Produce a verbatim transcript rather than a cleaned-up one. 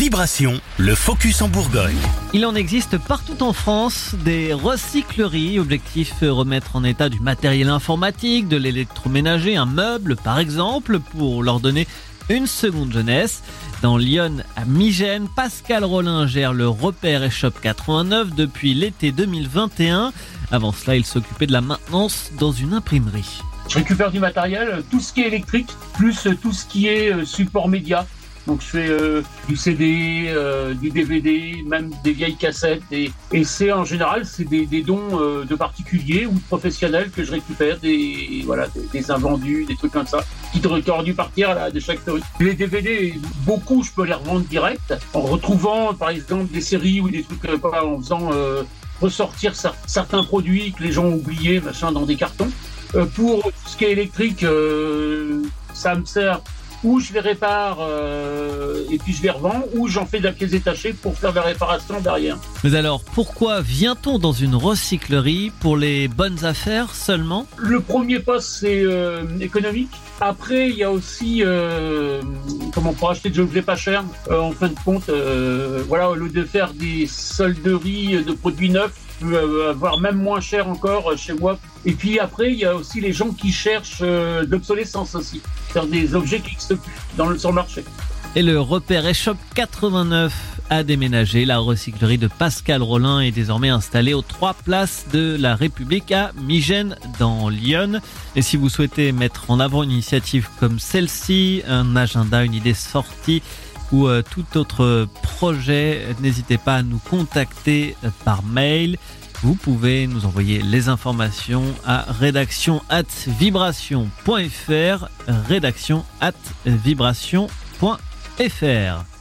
Vibration, le focus en Bourgogne. Il en existe partout en France des recycleries. Objectif, remettre en état du matériel informatique, de l'électroménager, un meuble par exemple, pour leur donner une seconde jeunesse. Dans Lyon, à Migène, Pascal Rollin gère le Repère Échoppe quatre-vingt-neuf depuis l'été deux mille vingt et un. Avant cela, il s'occupait de la maintenance dans une imprimerie. Je récupère du matériel, tout ce qui est électrique, plus tout ce qui est support média. Donc je fais euh, du C D, euh, du D V D, même des vieilles cassettes. Et, et c'est en général c'est des, des dons euh, de particuliers ou de professionnels que je récupère, des voilà des, des invendus, des trucs comme ça, qui auraient dû partir à la déchetterie. Les D V D, beaucoup je peux les revendre direct en retrouvant par exemple des séries ou des trucs comme ça, en faisant euh, ressortir certains produits que les gens ont oubliés, machin, dans des cartons. Euh, pour tout ce qui est électrique, euh, ça me sert. Ou je les répare euh, et puis je les revends, ou j'en fais de la pièce détachée pour faire de la réparation derrière. Mais alors, pourquoi vient-on dans une recyclerie? Pour les bonnes affaires seulement? Le premier poste, c'est euh, économique. Après, il y a aussi euh, comment pour acheter des objets pas chers. Euh, en fin de compte, euh, voilà, au lieu de faire des solderies de produits neufs, je peux avoir même moins cher encore chez moi. Et puis après, il y a aussi les gens qui cherchent euh, de l'obsolescence aussi, faire des objets qui n'existent plus dans le, sur le marché. Et le Repère Échoppe quatre-vingt-neuf a déménagé. La recyclerie de Pascal Rollin est désormais installée aux trois places de la République à Migène dans Lyon. Et si vous souhaitez mettre en avant une initiative comme celle-ci, un agenda, une idée sortie ou euh, tout autre projet, n'hésitez pas à nous contacter par mail. Vous pouvez nous envoyer les informations à rédaction arobase vibration point f r, rédaction arobase vibration point f r.